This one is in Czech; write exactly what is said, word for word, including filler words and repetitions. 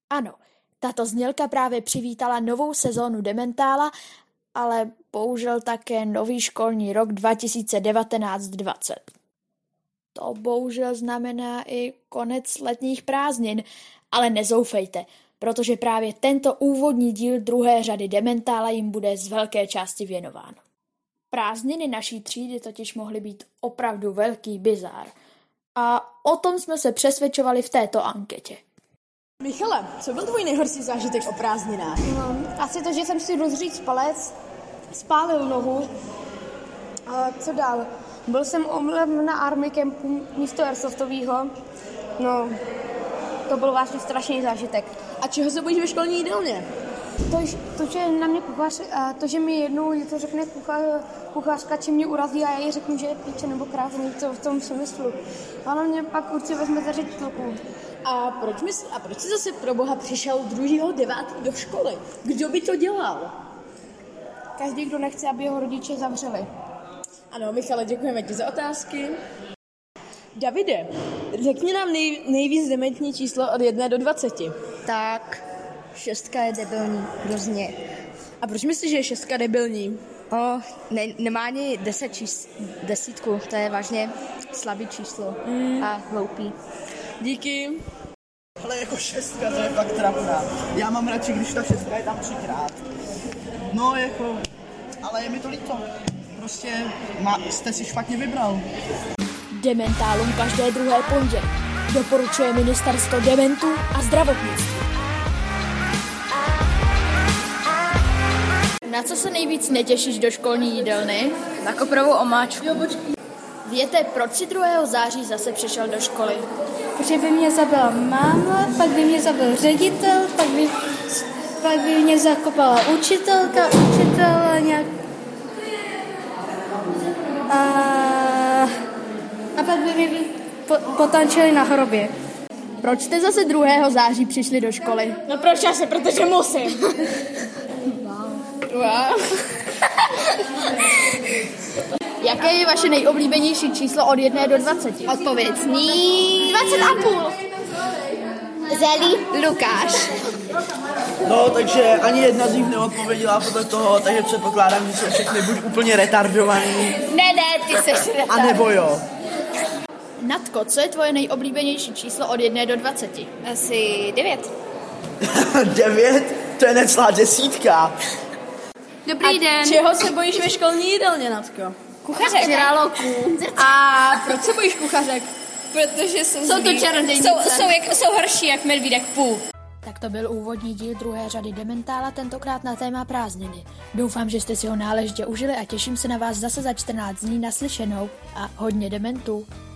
Ano, tato znělka právě přivítala novou sezónu Dementála, ale bohužel také nový školní rok dva tisíce devatenáct dvacet. To bohužel znamená i konec letních prázdnin, ale nezoufejte, protože právě tento úvodní díl druhé řady Dementála jim bude z velké části věnován. Prázdniny naší třídy totiž mohly být opravdu velký bizár. A o tom jsme se přesvědčovali v této anketě. Michale, co byl tvůj nejhorší zážitek o prázdninách? No, asi to, že jsem si rozříct palec, spálil nohu. A co dál? Byl jsem omylem na Army Campu místo airsoftovýho. No, to byl vlastně strašný zážitek. A čeho se bojíš ve školní jídelně? To, to, že na mě kuchař, a to, že mi jednou něco řekne kuchař, kuchařka, či mě urazí a já jí řeknu, že je píče nebo kráva, něco v tom smyslu. A ona mě pak určitě vezme za ředitelku. A proč, mysl, a proč jsi zase pro boha přišel druhého devátého do školy? Kdo by to dělal? Každý, kdo nechce, aby jeho rodiče zavřeli. Ano, Michale, děkujeme ti za otázky. Davide, řekni nám nej, nejvíc dementní číslo od jedné do dvaceti. Tak, šestka je debilní, hrozně. A proč myslíš, že je šestka debilní? O, ne, nemá ani deset čís, desítku, to je vážně slabý číslo mm. a hloupý. Díky. Ale jako šestka, to je fakt trapná. Já mám radši, když ta šestka je tam třikrát. No jako, ale je mi to líto. Prostě má, jste si špatně vybral. Dementálům každé druhé pondělí doporučuje Ministerstvo dementů a zdravotnictví. Na co se nejvíc netěšíš do školní jídelny? Na koprovou omáčku. Víte, proč si druhého září zase přišel do školy? Protože by mě zabila máma, pak by mě zabil ředitel, pak by, pak by mě zakopala učitelka, učitel nějak... A, a pak by mě po, potančili na hrobě. Proč jste zase druhého září přišli do školy? No proč asi, protože musím. Wow. Jaké je vaše nejoblíbenější číslo od jedné do dvaceti? Odpověď zní... dvacet a půl. Zelí Lukáš. No, takže ani jedna z nich neodpověděla podle toho, takže předpokládám, že jsou všechny buď úplně retardovaný, Ne, ne, ty seš a nebo jo. Natko, co je tvoje nejoblíbenější číslo od jedné do dvaceti? Asi devět. Devět? To je necelá desítka. Dobrý den. Čeho se bojíš ve školní jídelně, Natko? Kuchařek. Žraloků. A proč se bojíš kuchařek? Protože jsou Jsou to čarodějnice. Jsou, jsou, jak, jsou horší jak medvídek půl. Tak to byl úvodní díl druhé řady Dementála, tentokrát na téma prázdniny. Doufám, že jste si ho náležitě užili a těším se na vás zase za čtrnáct dní naslyšenou a hodně dementů.